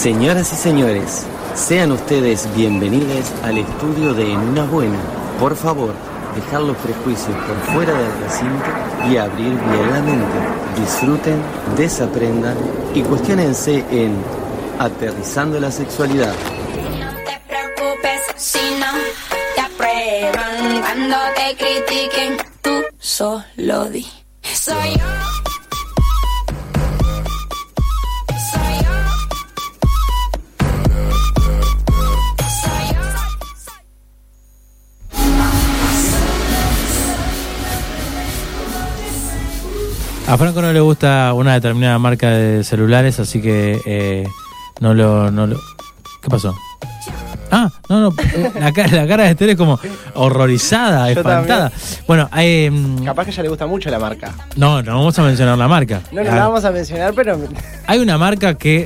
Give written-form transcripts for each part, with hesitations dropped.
Señoras y señores, sean ustedes bienvenidos al estudio de En Una Buena. Por favor, dejar los prejuicios por fuera del recinto y abrir bien la mente. Disfruten, desaprendan y cuestiónense en Aterrizando la Sexualidad. No te preocupes si no te aprueban. Cuando te critiquen, tú solo di. Soy yo. A Franco no le gusta una determinada marca de celulares, así que no lo... ¿Qué pasó? Ah, no, la cara de Esther es como horrorizada, espantada. Bueno, capaz que a ella le gusta mucho la marca. No vamos a mencionar la marca. No la vamos a mencionar, pero... Hay una marca que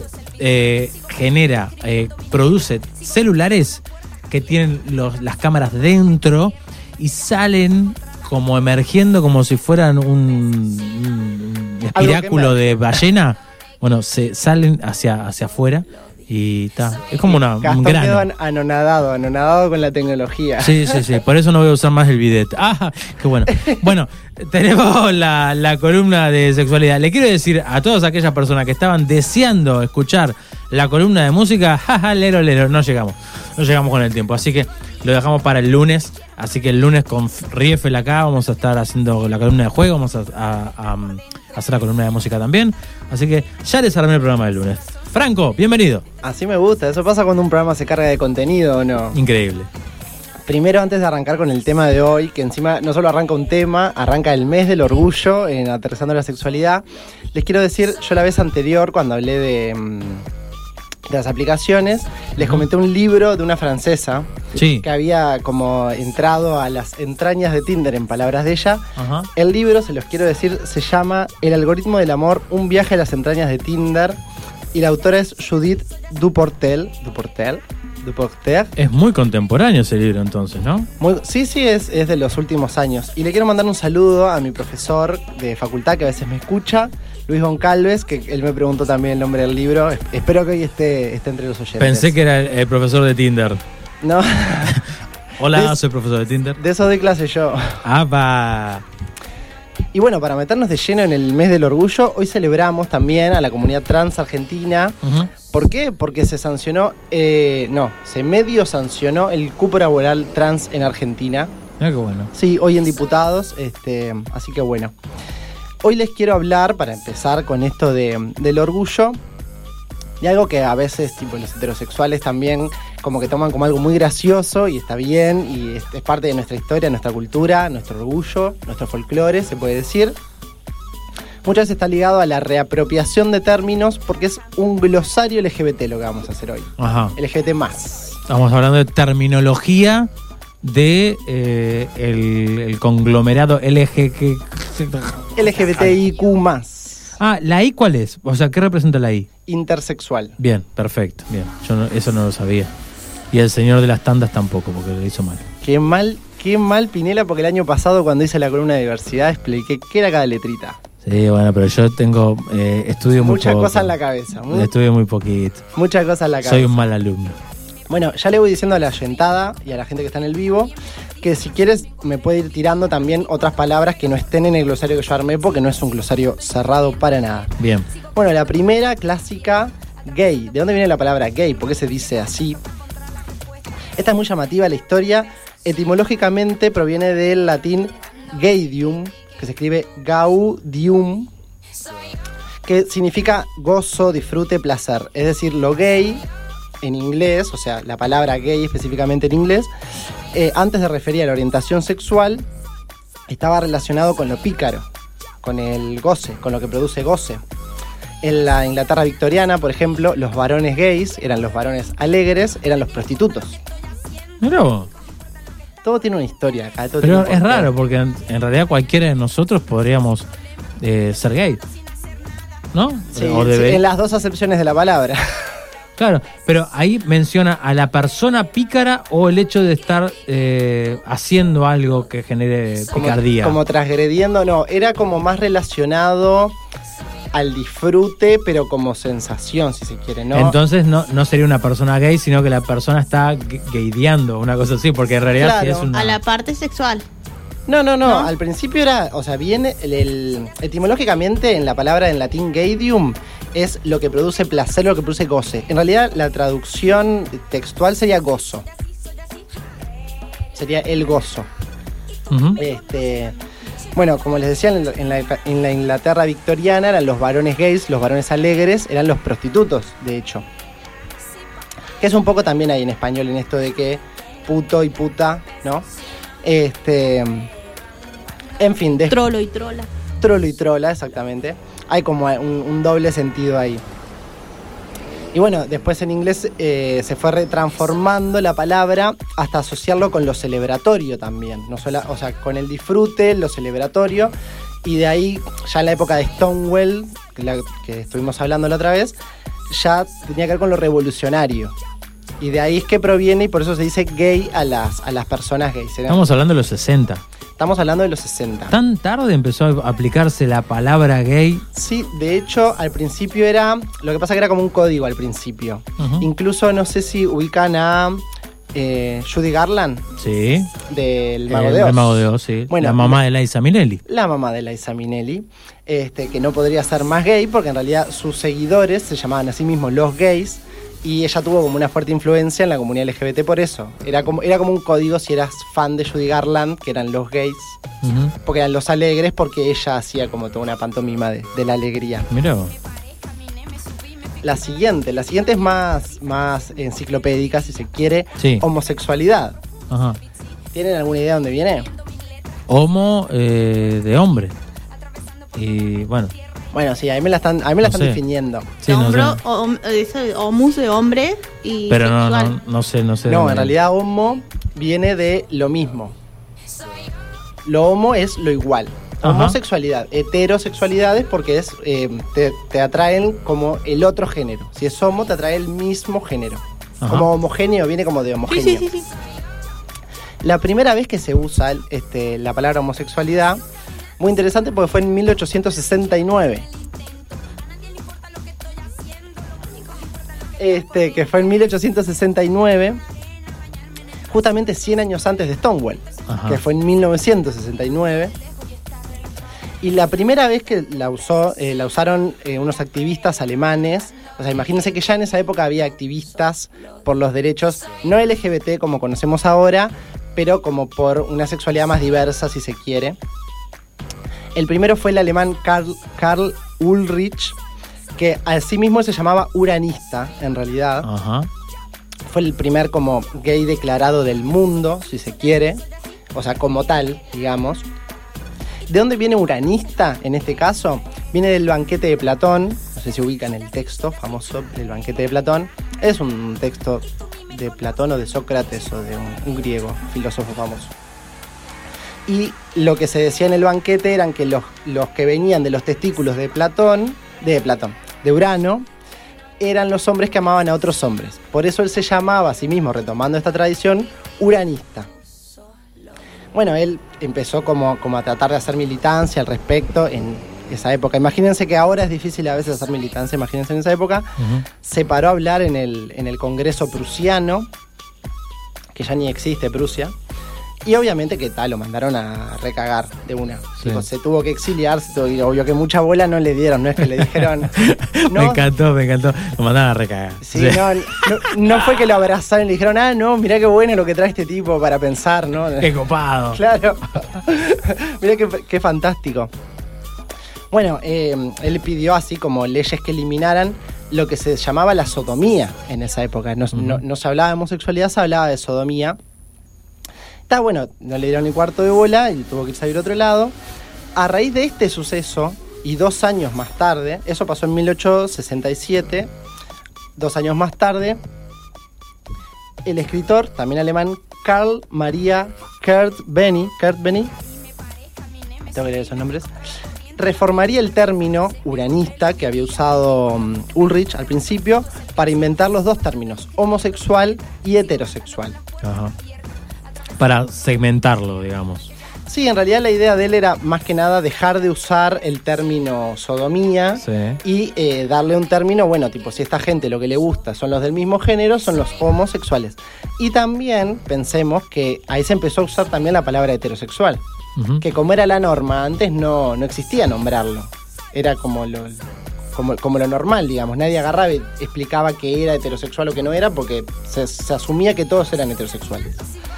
produce celulares que tienen las cámaras dentro y salen como emergiendo como si fueran un espiráculo de ballena. Bueno, se salen hacia afuera y está. Es como un grano. Quedó anonadado con la tecnología. Sí. Por eso no voy a usar más el bidet. ¡Ah! ¡Qué bueno! Bueno, tenemos la columna de sexualidad. Le quiero decir a todas aquellas personas que estaban deseando escuchar la columna de música, jaja, lero, no llegamos con el tiempo. Así que lo dejamos para el lunes. Así que el lunes con Rieffel acá vamos a estar haciendo la columna de juego, vamos a hacer la columna de música también. Así que ya les armé el programa del lunes. Franco, bienvenido. Así me gusta, eso pasa cuando un programa se carga de contenido, ¿o no? Increíble. Primero, antes de arrancar con el tema de hoy, que encima no solo arranca un tema, arranca el mes del orgullo en Aterrizando la Sexualidad, les quiero decir, yo la vez anterior, cuando hablé de las aplicaciones, les comenté un libro de una francesa que había como entrado a las entrañas de Tinder, en palabras de ella. Ajá. El libro, se los quiero decir, se llama El algoritmo del amor, un viaje a las entrañas de Tinder, y la autora es Judith Duportel. Es muy contemporáneo ese libro entonces, ¿no? Sí, es de los últimos años. Y le quiero mandar un saludo a mi profesor de facultad, que a veces me escucha, Luis Goncalves, que él me preguntó también el nombre del libro. Espero que hoy esté entre los oyentes. Pensé que era el profesor de Tinder. No. Hola, soy profesor de Tinder. De eso doy clase yo. ¡Apa! Y bueno, para meternos de lleno en el mes del orgullo, hoy celebramos también a la comunidad trans argentina. Uh-huh. ¿Por qué? Porque se medio sancionó el cupo laboral trans en Argentina. Qué bueno. Sí, hoy en diputados, así que bueno. Hoy les quiero hablar, para empezar con esto del orgullo, de algo que a veces tipo los heterosexuales también como que toman como algo muy gracioso y está bien y es parte de nuestra historia, nuestra cultura, nuestro orgullo, nuestro folclore, se puede decir. Muchas veces está ligado a la reapropiación de términos porque es un glosario LGBT lo que vamos a hacer hoy. Ajá. LGBT+. Estamos hablando de terminología de el conglomerado LGBTIQ+. Ah, ¿la I cuál es? O sea, ¿qué representa la I? Intersexual. Bien, perfecto, bien. Yo eso no lo sabía. Y el señor de las tandas tampoco, porque lo hizo mal. Qué mal, Pinela, porque el año pasado cuando hice la columna de diversidad expliqué qué era cada letrita. Sí, bueno, pero yo tengo estudio muy poco. Muchas cosas en la cabeza. Estudio muy poquito. Muchas cosas en la cabeza. Soy un mal alumno. Bueno, ya le voy diciendo a la oyentada y a la gente que está en el vivo que si quieres me puede ir tirando también otras palabras que no estén en el glosario que yo armé, porque no es un glosario cerrado para nada. Bien. Bueno, la primera, clásica, gay. ¿De dónde viene la palabra gay? ¿Por qué se dice así? Esta es muy llamativa la historia. Etimológicamente proviene del latín gaudium, que se escribe gaudium, que significa gozo, disfrute, placer. Es decir, lo gay en inglés, o sea, la palabra gay específicamente en inglés, antes de referir a la orientación sexual, estaba relacionado con lo pícaro, con el goce, con lo que produce goce. En la Inglaterra victoriana, por ejemplo, los varones gays eran los varones alegres, eran los prostitutos. Mirá vos. Todo tiene una historia acá. Pero es raro, porque en realidad cualquiera de nosotros podríamos ser gay, ¿no? Sí, en las dos acepciones de la palabra. Claro, pero ahí menciona a la persona pícara o el hecho de estar haciendo algo que genere picardía. Como transgrediendo, no, era como más relacionado al disfrute, pero como sensación, si se quiere, ¿no? Entonces no sería una persona gay, sino que la persona está gaydeando, una cosa así, porque en realidad Claro. sí es una... A la parte sexual. No. Al principio era, o sea, viene etimológicamente en la palabra en latín gaidium es lo que produce placer, lo que produce goce. En realidad la traducción textual sería gozo. Sería el gozo. Ujú. Bueno, como les decía, en la Inglaterra victoriana eran los varones gays, los varones alegres, eran los prostitutos, de hecho. Que es un poco también ahí en español, en esto de que puto y puta, ¿no? En fin, Trolo y trola. trolo y trola, exactamente. Hay como un doble sentido ahí. Y bueno, después en inglés se fue retransformando la palabra hasta asociarlo con lo celebratorio también. No solo, o sea, con el disfrute, lo celebratorio. Y de ahí, ya en la época de Stonewall, que estuvimos hablando la otra vez, ya tenía que ver con lo revolucionario. Y de ahí es que proviene, y por eso se dice gay a las personas gays. Estamos hablando de los 60. Estamos hablando de los 60. ¿Tan tarde empezó a aplicarse la palabra gay? Sí, de hecho, al principio era... Lo que pasa que era como un código al principio. Ujú. Incluso, no sé si ubican a Judy Garland, Sí. del Mago de Oz. El Mago de Oz, sí. Bueno, la mamá de Liza Minnelli. La mamá de Liza Minnelli, que no podría ser más gay porque en realidad sus seguidores se llamaban a sí mismos los gays. Y ella tuvo como una fuerte influencia en la comunidad LGBT por eso. Era como un código si eras fan de Judy Garland, que eran los gays, Ujú. porque eran los alegres, porque ella hacía como toda una pantomima de la alegría. Mirá vos. La siguiente es más enciclopédica, si se quiere. Sí. Homosexualidad. Ajá. ¿Tienen alguna idea de dónde viene? Homo de hombre. Y bueno, Bueno, sí, a mí me la están sé. definiendo. sí, no sé. Homus de hombre y Pero sexual. no sé. No, dónde- en realidad homo viene de lo mismo. Lo homo es lo igual. Ajá. Homosexualidad, heterosexualidad es porque es te atraen como el otro género. Si es homo, te atrae el mismo género. Ajá. Como homogéneo, viene como de homogéneo. Sí. La primera vez que se usa la palabra homosexualidad, muy interesante porque fue en 1869. Que fue en 1869, justamente 100 años antes de Stonewall, Ajá. que fue en 1969. Y la primera vez que la usaron unos activistas alemanes. O sea, imagínense que ya en esa época había activistas por los derechos, no LGBT como conocemos ahora, pero como por una sexualidad más diversa, si se quiere. El primero fue el alemán Karl Ulrich, que a sí mismo se llamaba uranista, en realidad. Ajá. Fue el primer como gay declarado del mundo, si se quiere. O sea, como tal, digamos. ¿De dónde viene uranista en este caso? Viene del banquete de Platón. No sé si ubican el texto famoso del banquete de Platón. Es un texto de Platón o de Sócrates o de un griego, filósofo famoso. Y lo que se decía en el banquete eran que los que venían de los testículos de Urano, eran los hombres que amaban a otros hombres. Por eso él se llamaba a sí mismo, retomando esta tradición, uranista. Bueno, él empezó como a tratar de hacer militancia al respecto en esa época. Imagínense que ahora es difícil a veces hacer militancia, imagínense en esa época. Ujú. Se paró a hablar en el Congreso prusiano, que ya ni existe Prusia. Y obviamente que lo mandaron a recagar de una. Sí. Tipo, se tuvo que exiliar, obvio que mucha bola no le dieron, no es que le dijeron... Me encantó. Lo mandaron a recagar. Sí, no fue que lo abrazaron y le dijeron, no, mirá qué bueno lo que trae este tipo para pensar, ¿no? Qué copado. Claro. Mirá qué fantástico. Bueno, él pidió así como leyes que eliminaran lo que se llamaba la sodomía en esa época. No se hablaba de homosexualidad, se hablaba de sodomía. Está bueno, no le dieron ni cuarto de bola y tuvo que irse a ir a otro lado. A raíz de este suceso, y 2 años más tarde, eso pasó en 1867, 2 años más tarde, el escritor, también alemán, Karl Maria Kurt Benny, tengo que leer esos nombres, reformaría el término uranista que había usado Ulrich al principio para inventar los dos términos, homosexual y heterosexual. Ajá. Para segmentarlo, digamos. Sí, en realidad la idea de él era más que nada dejar de usar el término sodomía y darle un término, bueno, tipo, si esta gente lo que le gusta son los del mismo género, son los homosexuales. Y también pensemos que ahí se empezó a usar también la palabra heterosexual, que como era la norma, antes no existía nombrarlo. Era como lo normal, digamos. Nadie agarraba y explicaba que era heterosexual o que no era, porque se asumía que todos eran heterosexuales.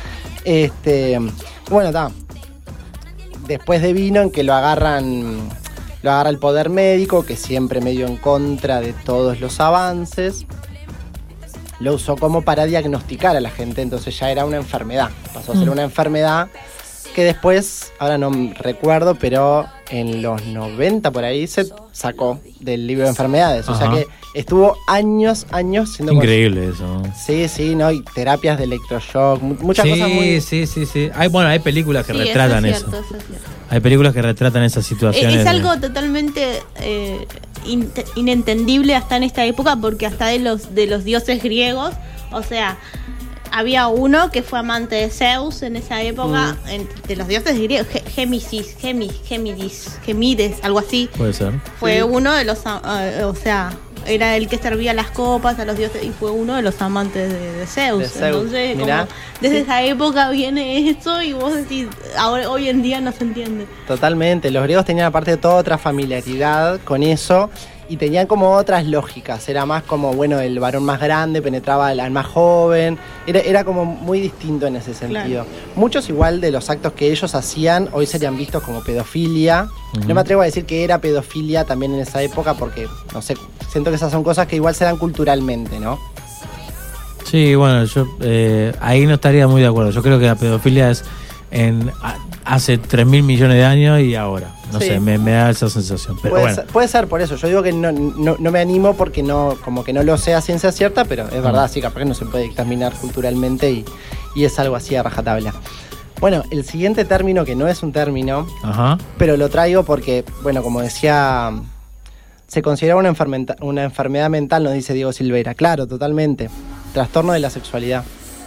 Bueno, está. Después de vino en que lo agarra el poder médico, que siempre medio en contra de todos los avances. Lo usó como para diagnosticar a la gente, entonces ya era una enfermedad. Pasó a ser una enfermedad que después, ahora no recuerdo, pero en los 90 por ahí se sacó del libro de enfermedades. O sea que estuvo años siendo... Increíble eso. Sí, ¿no? Y terapias de electroshock, muchas cosas muy... Sí. Hay películas que retratan eso. Es cierto. Hay películas que retratan esas situaciones. Es algo totalmente inentendible hasta en esta época, porque hasta de los dioses griegos, o sea... Había uno que fue amante de Zeus en esa época, de los dioses griegos, Gemides, algo así. Puede ser. Fue uno de los, era el que servía las copas a los dioses y fue uno de los amantes de Zeus. Entonces, desde esa época viene eso y vos decís, ahora hoy en día no se entiende. Totalmente, los griegos tenían aparte de toda otra familiaridad con eso. Y tenían como otras lógicas, era más como, bueno, el varón más grande penetraba al más joven, era como muy distinto en ese sentido. Claro. Muchos igual de los actos que ellos hacían hoy serían vistos como pedofilia. No me atrevo a decir que era pedofilia también en esa época porque, no sé, siento que esas son cosas que igual se dan culturalmente, ¿no? Sí, bueno, yo ahí no estaría muy de acuerdo. Yo creo que la pedofilia es hace 3.000 millones de años y ahora. No sé, me da esa sensación. Pero puede ser por eso. Yo digo que no me animo porque como que no lo sé a ciencia cierta, pero es verdad, sí, capaz que no se puede dictaminar culturalmente y es algo así a rajatabla. Bueno, el siguiente término, que no es un término, pero lo traigo porque, bueno, como decía, se considera una enfermedad mental, nos dice Diego Silveira. Claro, totalmente. Trastorno de la sexualidad.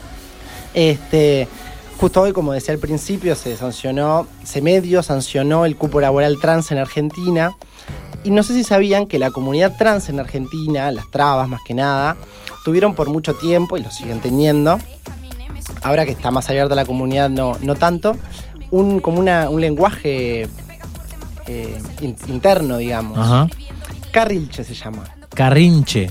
Justo hoy, como decía al principio, se sancionó el cupo laboral trans en Argentina. Y no sé si sabían que la comunidad trans en Argentina, las trabas más que nada, tuvieron por mucho tiempo, y lo siguen teniendo, ahora que está más abierta la comunidad no tanto, un lenguaje interno, digamos. Carrilche se llama. Carrilche.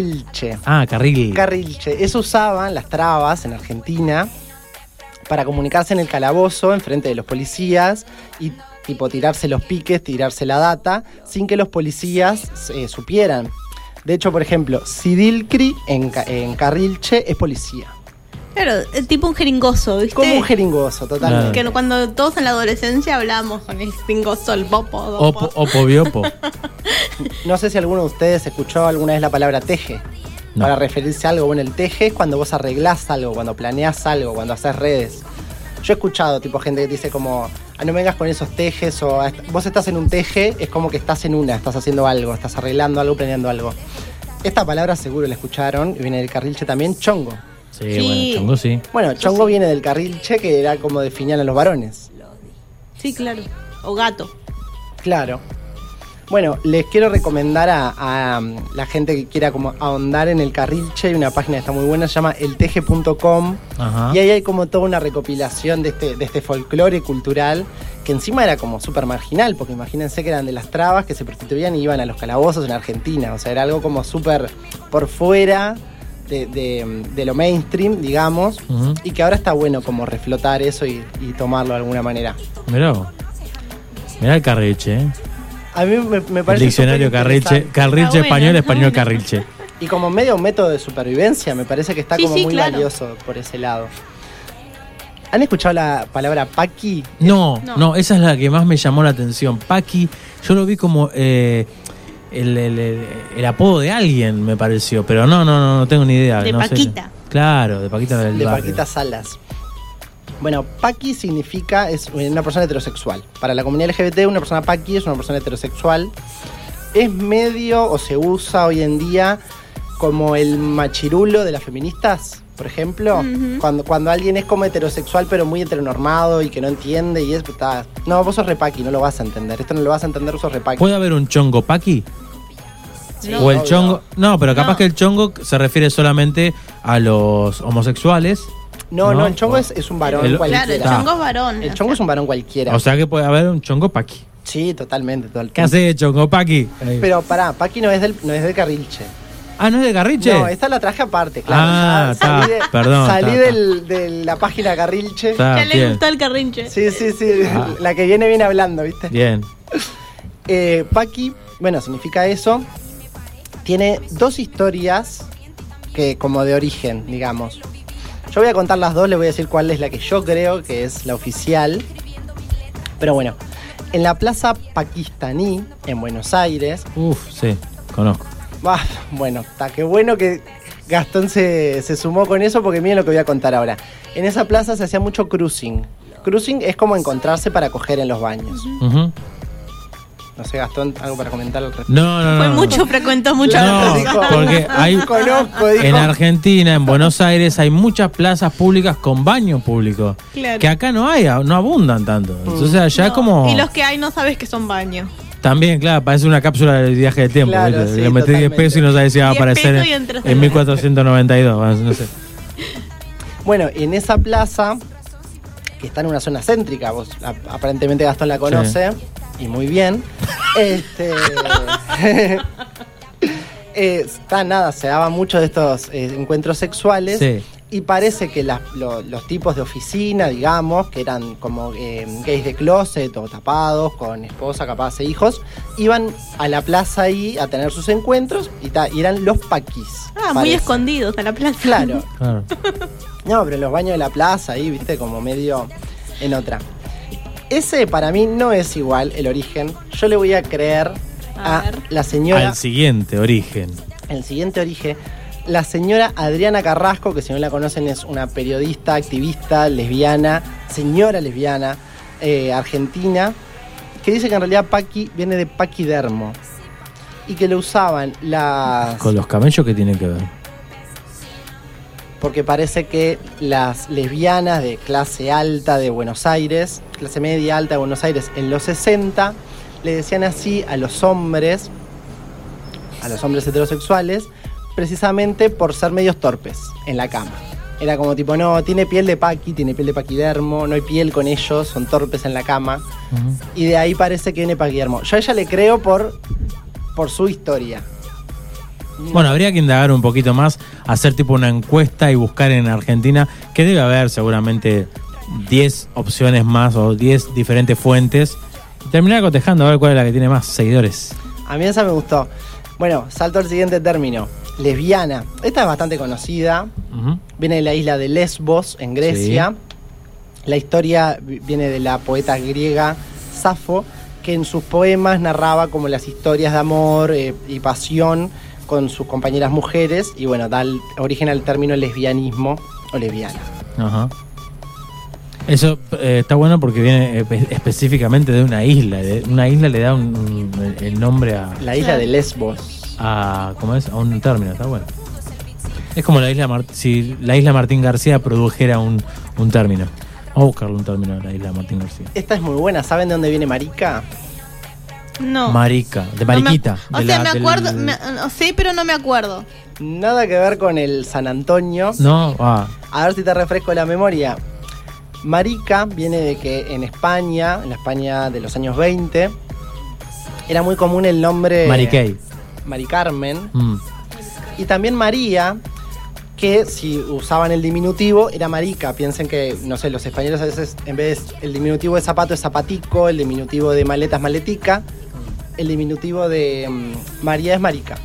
Carrilche. Eso usaban las trabas en Argentina para comunicarse en el calabozo, enfrente de los policías, y tipo tirarse los piques, tirarse la data, sin que los policías supieran. De hecho, por ejemplo, Sidilcri en Carrilche es policía. Claro, es tipo un jeringoso, ¿viste? Como un jeringoso, totalmente. Que cuando todos en la adolescencia hablábamos con el jeringoso, el popo. Opo biopo. No sé si alguno de ustedes escuchó alguna vez la palabra teje. No. Para referirse a algo. Bueno, el teje es cuando vos arreglás algo, cuando planeás algo, cuando haces redes. Yo he escuchado tipo gente que dice como, no vengas con esos tejes, o vos estás en un teje, es como que estás estás haciendo algo, estás arreglando algo, planeando algo. Esta palabra seguro la escucharon, y viene del carrilche también, chongo. Sí, bueno, chongo sí. Bueno, chongo viene del carrilche, que era como definían a los varones. Sí, claro. O gato. Claro. Bueno, les quiero recomendar a la gente que quiera como ahondar en el carrilche. Hay una página que está muy buena, se llama elteje.com. Y ahí hay como toda una recopilación de este folclore cultural que encima era como súper marginal, porque imagínense que eran de las trabas que se prostituían y iban a los calabozos en Argentina. O sea, era algo como súper por fuera de lo mainstream, digamos, y que ahora está bueno como reflotar eso y tomarlo de alguna manera. Mirá el carrilche, A mí me parece. El diccionario carrilche español, español carrilche. Y como medio un método de supervivencia, me parece que está como muy valioso por ese lado. ¿Han escuchado la palabra paqui? No, esa es la que más me llamó la atención. Paqui, yo lo vi como el apodo de alguien, me pareció, pero no tengo ni idea. De Paquita. Claro, de Paquita del barrio. De Paquita Salas. Bueno, paqui significa, es una persona heterosexual. Para la comunidad LGBT, una persona paqui es una persona heterosexual. Es medio, o se usa hoy en día, como el machirulo de las feministas. por ejemplo. Cuando alguien es como heterosexual, pero muy heteronormado y que no entiende y está... No, vos sos repaqui, no lo vas a entender. Esto no lo vas a entender, vos sos repaqui. ¿Puede haber un chongo paqui? Sí, o el obvio. chongo... No, pero capaz que el chongo se refiere solamente a los homosexuales. No, el chongo es un varón cualquiera. Claro, el chongo es varón. El chongo es un varón cualquiera. O sea que puede haber un chongo paqui. Sí, totalmente. ¿Qué hace chongo paqui? Pero pará, paqui no es del Carrilche. Ah, ¿no es de Garriche? No, esta la traje aparte, claro. Está, perdón. Salí de la página Carrilche. Ya le gustó el carrinche. Sí. La que viene hablando, ¿viste? Bien. Paqui, bueno, significa eso. Tiene 2 historias que como de origen, digamos. Yo voy a contar las 2, les voy a decir cuál es la que yo creo que es la oficial. Pero bueno, en la Plaza Paquistaní, en Buenos Aires... Sí, conozco. Bueno, está qué bueno que Gastón se sumó con eso, porque miren lo que voy a contar ahora. En esa plaza se hacía mucho cruising. Cruising es como encontrarse para coger en los baños. No sé, Gastón, ¿algo para comentar al respecto? No. Frecuentó mucho. No, porque hay... Conozco, dijo. En Argentina, en Buenos Aires, hay muchas plazas públicas con baño público. Claro. Que acá no hay, no abundan tanto. Entonces allá es como... Y los que hay no sabes que son baños. También, claro, parece una cápsula del viaje de tiempo. Claro, sí, le metí 10 pesos y no sabes si va a aparecer en 1492. No sé. Bueno, en esa plaza, que está en una zona céntrica, vos aparentemente Gastón la conoce, y muy bien, se daban mucho de estos encuentros sexuales. Sí. Y parece que los tipos de oficina, digamos, que eran como gays de closet o tapados, con esposa, capaz e hijos, iban a la plaza ahí a tener sus encuentros y eran los paquis. Muy escondidos a la plaza. Claro. No, pero en los baños de la plaza ahí, viste, como medio en otra. Ese para mí no es igual el origen. Yo le voy a creer a la señora... Al siguiente origen. El siguiente origen... La señora Adriana Carrasco, que si no la conocen es una periodista, activista, lesbiana, señora lesbiana, argentina, que dice que en realidad paqui viene de paquidermo y que lo usaban las... ¿Con los camellos qué tienen que ver? Porque parece que las lesbianas de clase alta de Buenos Aires, clase media alta de Buenos Aires, en los 60, le decían así a los hombres heterosexuales, precisamente por ser medios torpes en la cama. Era como tipo, no, tiene piel de paquidermo, no hay piel con ellos, son torpes en la cama. Y de ahí parece que viene paquidermo. Yo a ella le creo por su historia. Bueno, habría que indagar un poquito más, hacer tipo una encuesta y buscar en Argentina, que debe haber seguramente 10 opciones más o 10 diferentes fuentes, y terminar cotejando a ver cuál es la que tiene más seguidores. A mí esa me gustó. Bueno, salto al siguiente término. Lesbiana. Esta es bastante conocida. Viene de la isla de Lesbos, en Grecia. Sí. La historia viene de la poeta griega Safo, que en sus poemas narraba como las historias de amor y pasión con sus compañeras mujeres. Y bueno, da origen al término lesbianismo o lesbiana. Ajá. Eso está bueno porque viene específicamente de una isla. Una isla le da el nombre a... La isla de Lesbos. ¿Cómo es? A un término, está bueno. Es como si la isla Martín García produjera un término. Vamos a buscarle un término a la isla Martín García. Esta es muy buena. ¿Saben de dónde viene marica? No. Marica, de mariquita. Me acuerdo, sí, pero no me acuerdo. Nada que ver con el San Antonio. No, A ver si te refresco la memoria. Marica viene de que en la España de los años 20, era muy común el nombre... Mari Carmen. Y también María, que si usaban el diminutivo, era marica. Piensen que, no sé, los españoles a veces, en vez el diminutivo de zapato es zapatico, el diminutivo de maleta es maletica, el diminutivo de María es marica.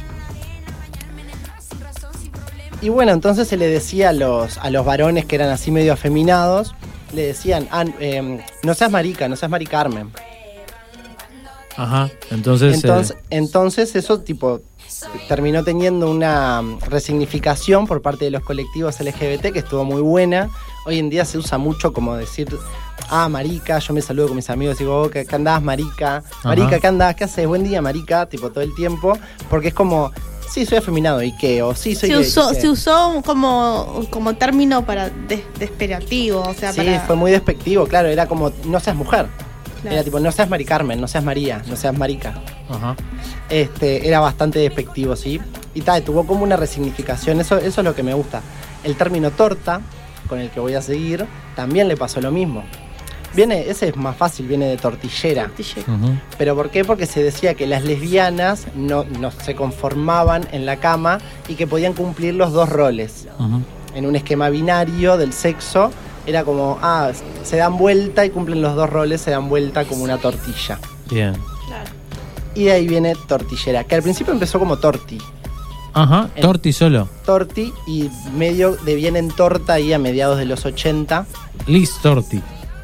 Y bueno, entonces se le decía a los varones que eran así medio afeminados, le decían, no seas marica, no seas Mari Carmen. Ajá, entonces eso tipo terminó teniendo una resignificación por parte de los colectivos LGBT que estuvo muy buena. Hoy en día se usa mucho como decir, marica, yo me saludo con mis amigos y digo, ¿qué andás, marica? Marica, ¿qué andás? ¿Qué haces? Buen día, marica, tipo todo el tiempo, porque es como Sí, soy afeminado. ¿Y qué? O sí, soy gay. Se usó como término para despectivo, o sea, sí, fue muy despectivo, claro. Era como, no seas mujer. Claro. Era tipo, no seas Mari Carmen, no seas María, no seas marica. Ajá. Era bastante despectivo, ¿sí? Y tuvo como una resignificación, eso es lo que me gusta. El término torta, con el que voy a seguir, también le pasó lo mismo. Ese es más fácil, viene de tortillera. Uh-huh. ¿Pero por qué? Porque se decía que las lesbianas no se conformaban en la cama y que podían cumplir los dos roles. Uh-huh. En un esquema binario del sexo, era como, se dan vuelta y cumplen los dos roles, se dan vuelta como una tortilla. Bien. Claro. Y de ahí viene tortillera, que al principio empezó como torti. Ajá, torti solo. Torti, y medio deviene en torta ahí a mediados de los 80. Liz Torti.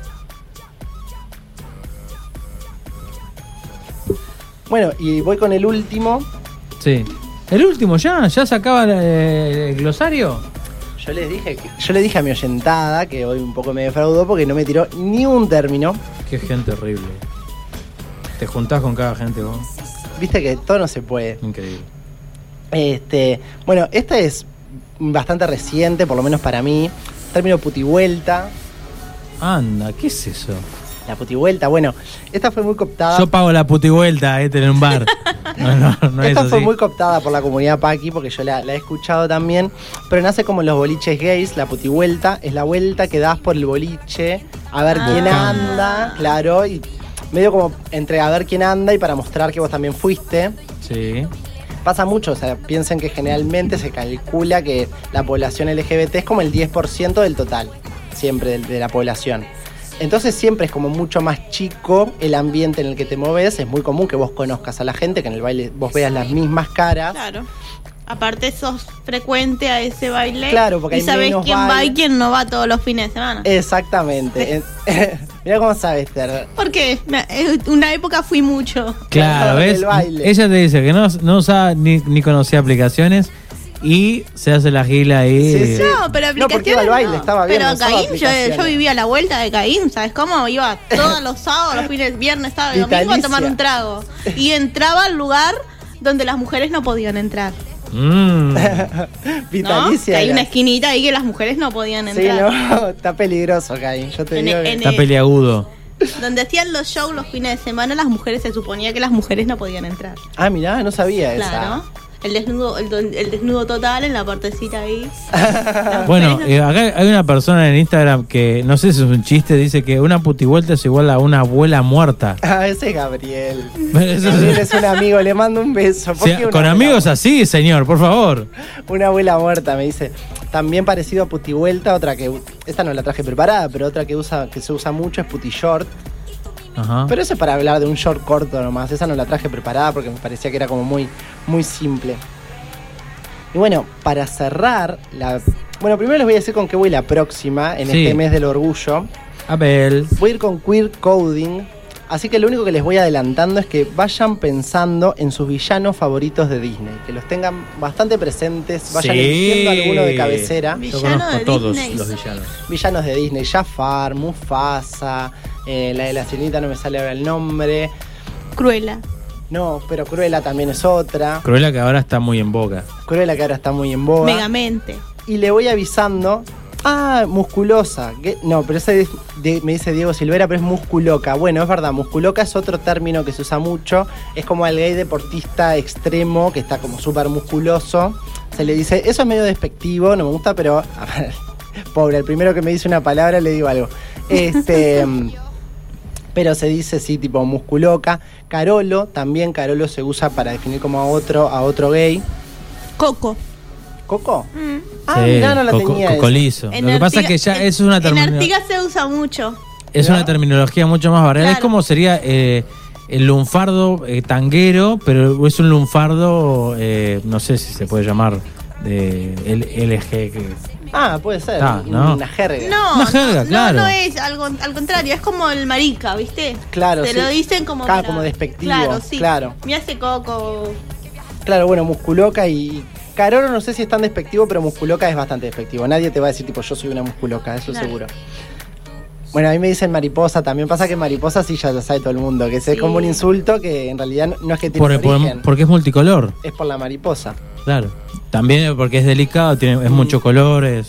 Bueno, y voy con el último. Sí. ¿El último ya? ¿Ya se acaba el glosario? Yo le dije a mi oyentada, que hoy un poco me defraudó porque no me tiró ni un término. Qué gente horrible. Te juntás con cada gente vos. Viste que todo no se puede. Increíble. Bueno, esta es bastante reciente, por lo menos para mí. Término putivuelta. Anda, ¿qué es eso? La putivuelta, bueno, esta fue muy cooptada. Yo pago la putivuelta en un bar. No es esta así. fue muy cooptada por la comunidad paqui, porque yo la he escuchado también. Pero nace como en los boliches gays. La putivuelta es la vuelta que das por el boliche a ver quién anda, claro, y medio como entre a ver quién anda y para mostrar que vos también fuiste. Sí. Pasa mucho, o sea, piensen que generalmente se calcula que la población LGBT es como el 10% del total, siempre de la población. Entonces siempre es como mucho más chico el ambiente en el que te moves. Es muy común que vos conozcas a la gente, que en el baile vos veas las mismas caras. Claro. Aparte sos frecuente a ese baile. Claro, porque y hay sabés menos quién va baile. y quién no va todos los fines de semana. Exactamente. Mirá cómo sabes, Ter. Porque una época fui mucho. Claro, ¿ves? El baile. Ella te dice que no usaba ni conocía aplicaciones y se hace la gila ahí. Sí, sí. No, pero No, porque iba al baile, estaba bien, Pero no usaba Caín, yo aplicaciones. vivía la vuelta de Caín, ¿sabes cómo? Iba todos los sábados, los fines, viernes, sábado y domingo a Vitalicia. tomar un trago. Y entraba al lugar donde las mujeres no podían entrar. Vitalicia. ¿No? Que hay una era. esquinita ahí que las mujeres no podían Sí, entrar. no, está peligroso, Caín. Yo te digo que... Está peliagudo. Donde hacían los shows los fines de semana, las mujeres se suponía que las mujeres no podían entrar. Ah, mirá, no sabía Claro. esa. El desnudo total en la partecita ahí. Bueno, acá hay una persona en Instagram que, no sé si es un chiste, dice que una putivuelta es igual a una abuela muerta. Ah, ese es Gabriel. Eso Gabriel es un amigo, le mando un beso. ¿Por Sí, qué una con abuela amigos así, señor, por favor. Una abuela muerta, me dice. También parecido a putivuelta, otra que... Esta no la traje preparada, pero otra que se usa mucho es puti short. Ajá. Pero eso es para hablar de un short corto nomás. Esa no la traje preparada porque me parecía que era como muy, muy simple. Y bueno, para cerrar Bueno, primero les voy a decir con qué voy la próxima en este mes del orgullo. Abel. Voy a ir con queer coding. Así que lo único que les voy adelantando es que vayan pensando en sus villanos favoritos de Disney. Que los tengan bastante presentes. Vayan eligiendo alguno de cabecera. Yo Villano conozco de todos Disney. los villanos. Villanos de Disney. Jafar, Mufasa, la de la sirenita no me sale ahora el nombre. Cruella. No, pero Cruella también es otra. Cruella que ahora está muy en boca. Cruella que ahora está muy en boga. Megamente. Y le voy avisando. Ah, musculosa. No, pero ese me dice Diego Silvera, pero es musculoca. Bueno, es verdad, musculoca es otro término que se usa mucho. Es como al gay deportista extremo que está como súper musculoso. Se le dice, eso es medio despectivo, no me gusta, pero... A ver, pobre, el primero que me dice una palabra le digo algo. Pero se dice, sí, tipo musculoca. Carolo, también Carolo se usa para definir como a otro gay. Coco. ¿Coco? Ah, Sí, mirá, no la tenía esa. cocolizo. Lo que pasa es que ya es una En terminología. Artigas se usa mucho. Es una terminología mucho más barrial. Claro. Es como sería el lunfardo tanguero, pero es un lunfardo, no sé si se puede llamar de LG. Ah, puede ser. ¿no? Una jerga. No, Una jerga, claro. no es, al contrario, es como el marica, ¿viste? Claro, Te sí. lo dicen como... Claro, para- como despectivo, Claro, sí. claro. Me hace Coco. Claro, bueno, musculoca y... Carolo no sé si es tan despectivo, pero musculoca es bastante despectivo. Nadie te va a decir, tipo, yo soy una musculoca, eso Claro. seguro. Bueno, a mí me dicen mariposa, también pasa que mariposa sí ya lo sabe todo el mundo, que es Sí. como un insulto que en realidad no es que tiene origen, Porque es multicolor. es por la mariposa. Claro. También porque es delicado, es mucho color, es...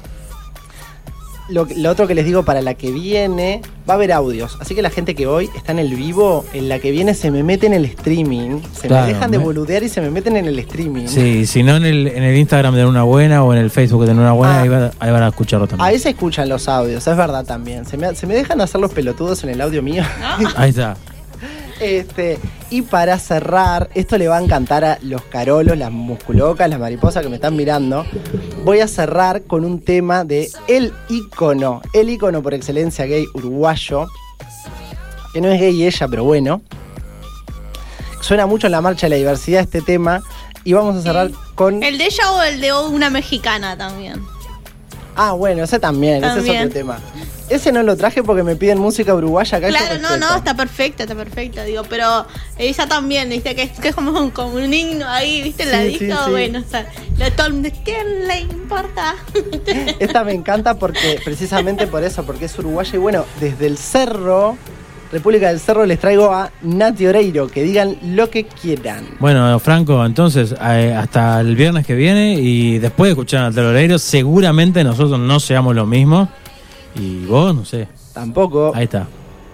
Lo otro que les digo, para la que viene, va a haber audios. Así que la gente que hoy está en el vivo, en la que viene se me mete en el streaming. Me dejan de boludear y se me meten en el streaming. Sí, si no en el Instagram de Una Buena o en el Facebook de Una Buena, ahí van a escucharlo también. Ahí se escuchan los audios, es verdad también. Se me dejan hacer los pelotudos en el audio mío. Ahí está. Y para cerrar, esto le va a encantar a los carolos, las musculocas, las mariposas que me están mirando. Voy a cerrar con un tema de el ícono por excelencia gay uruguayo, que no es gay ella, pero bueno. Suena mucho en la marcha de la diversidad este tema. Y vamos a cerrar con... ¿El de ella o el de una mexicana también? Ah, bueno, ese también. Ese es otro tema. Ese no lo traje porque me piden música uruguaya acá. Claro, no, está perfecta, digo, pero ella también, viste, que es como un himno ahí, viste, la disco, sí. Bueno, o sea, ¿quién le importa? Esta me encanta porque, precisamente por eso, porque es uruguaya y bueno, desde el Cerro, República del Cerro, les traigo a Nati Oreiro, que digan lo que quieran. Bueno, Franco, entonces, hasta el viernes que viene y después de escuchar a Nati Oreiro, seguramente nosotros no seamos lo mismo. Y vos, no sé. Tampoco. Ahí está.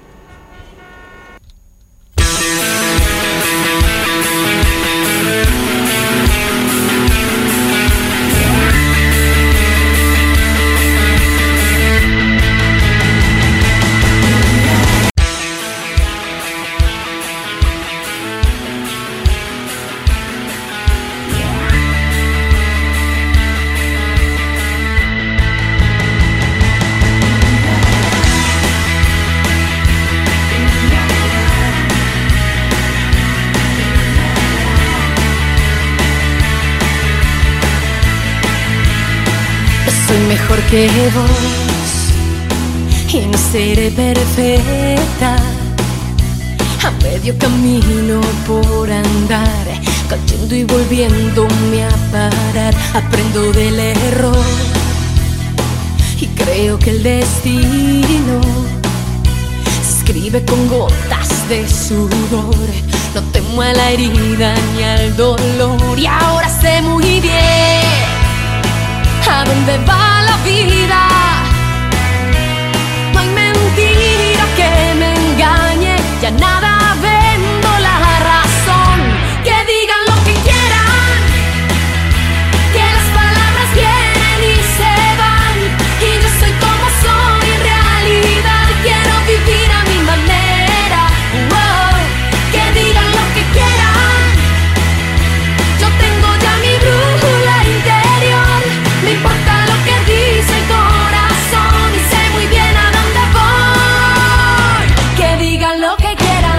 Mejor que vos y no seré perfecta, a medio camino por andar, cayendo y volviéndome a parar. Aprendo del error y creo que el destino se escribe con gotas de sudor. No temo a la herida ni al dolor y ahora sé muy bien a dónde va la vida. No hay mentira que me engañe, ya nada vendo la razón. Que digan lo que quieran, que las palabras vienen y se van, y yo soy como soy en realidad. Quiero vivir a mi manera. Que digan lo que quieran, yo tengo ya mi brújula interior. Me importa lo que dice el corazón y sé muy bien a dónde voy. Que digan lo que quieran.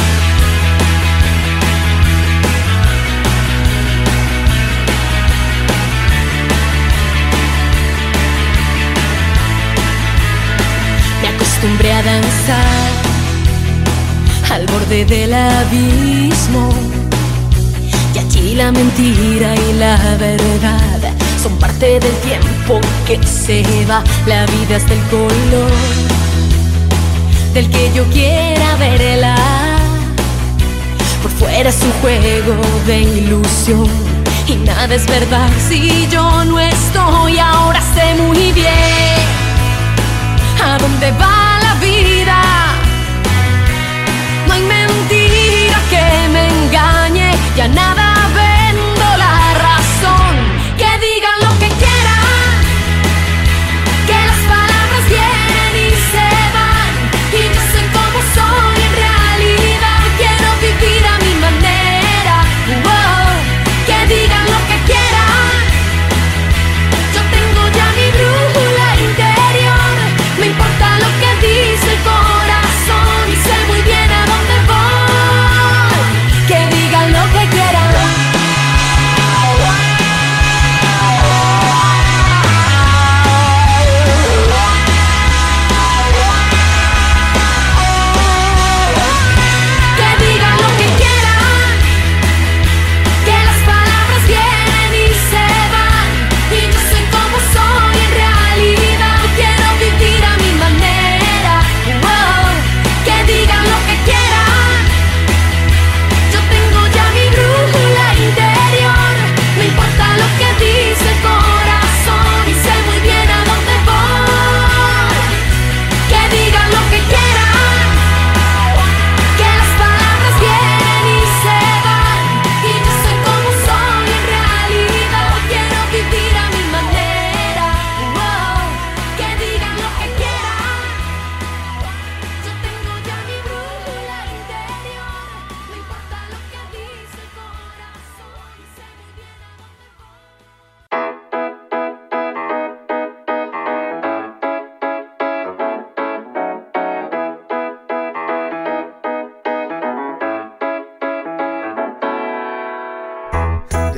Me acostumbré a danzar al borde del abismo, y allí la mentira y la verdad son parte del tiempo que se va. La vida es del color del que yo quiera verla. Por fuera es un juego de ilusión y nada es verdad si yo no estoy. Ahora sé muy bien a dónde va la vida. No hay mentira que me engañe, ya nada vendo la razón. Que digan lo que quieran, que las palabras vienen y se van, y yo sé cómo soy en realidad. Quiero vivir a mi manera. Que digan lo que quieran, yo tengo ya mi brújula interior.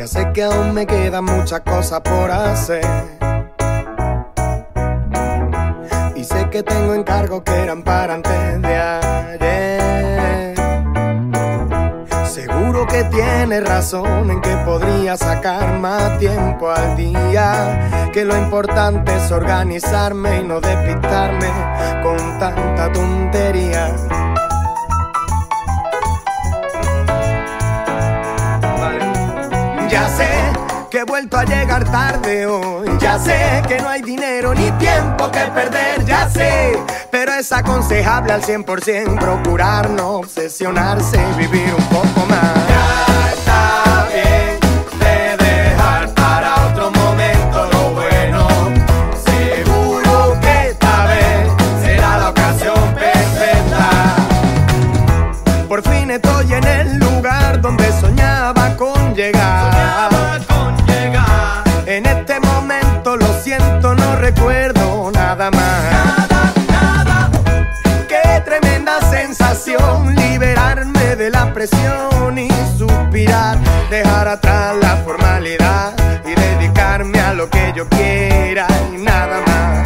Ya sé que aún me quedan muchas cosas por hacer. Y sé que tengo encargos que eran para antes de ayer. Seguro que tienes razón en que podría sacar más tiempo al día, que lo importante es organizarme y no despistarme con tanta tontería. Ya sé que he vuelto a llegar tarde hoy. Ya sé que no hay dinero ni tiempo que perder, ya sé. Pero es aconsejable al 100% procurar no obsesionarse y vivir un poco más. Ya está bien de dejar para otro momento lo bueno. Seguro que esta vez será la ocasión perfecta. Por fin estoy en el lugar donde soñaba con llegar. En este momento lo siento, no recuerdo nada más. Nada. Qué tremenda sensación, liberarme de la presión y suspirar, dejar atrás la formalidad y dedicarme a lo que yo quiera y nada más.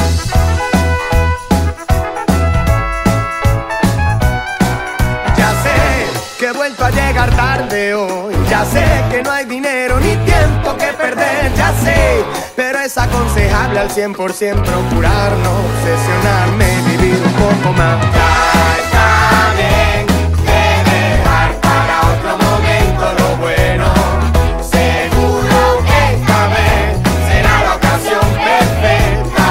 Ya sé que he vuelto a llegar tarde hoy. Ya sé que no hay dinero ni tiempo que perder, ya sé. Pero es aconsejable al 100% procurar no obsesionarme y vivir un poco más. Ya está bien de dejar para otro momento lo bueno. Seguro que esta vez será la ocasión perfecta.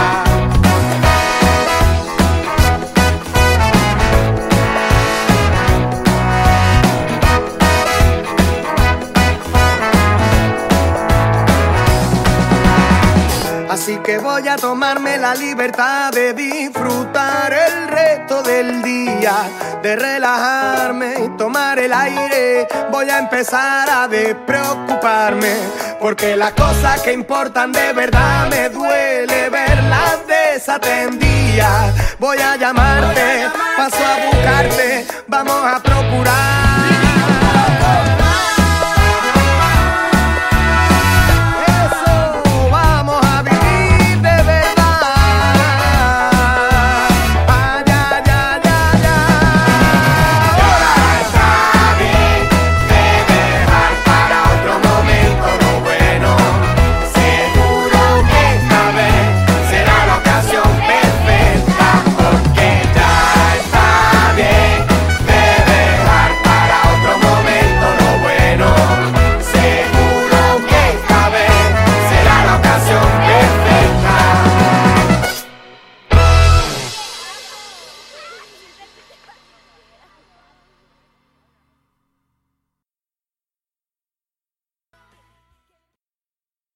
Así que voy a tomarme la libertad de disfrutar el resto del día, de relajarme y tomar el aire. Voy a empezar a despreocuparme, porque las cosas que importan de verdad me duele verlas desatendidas. Voy a llamarte, paso a buscarte, vamos a procurar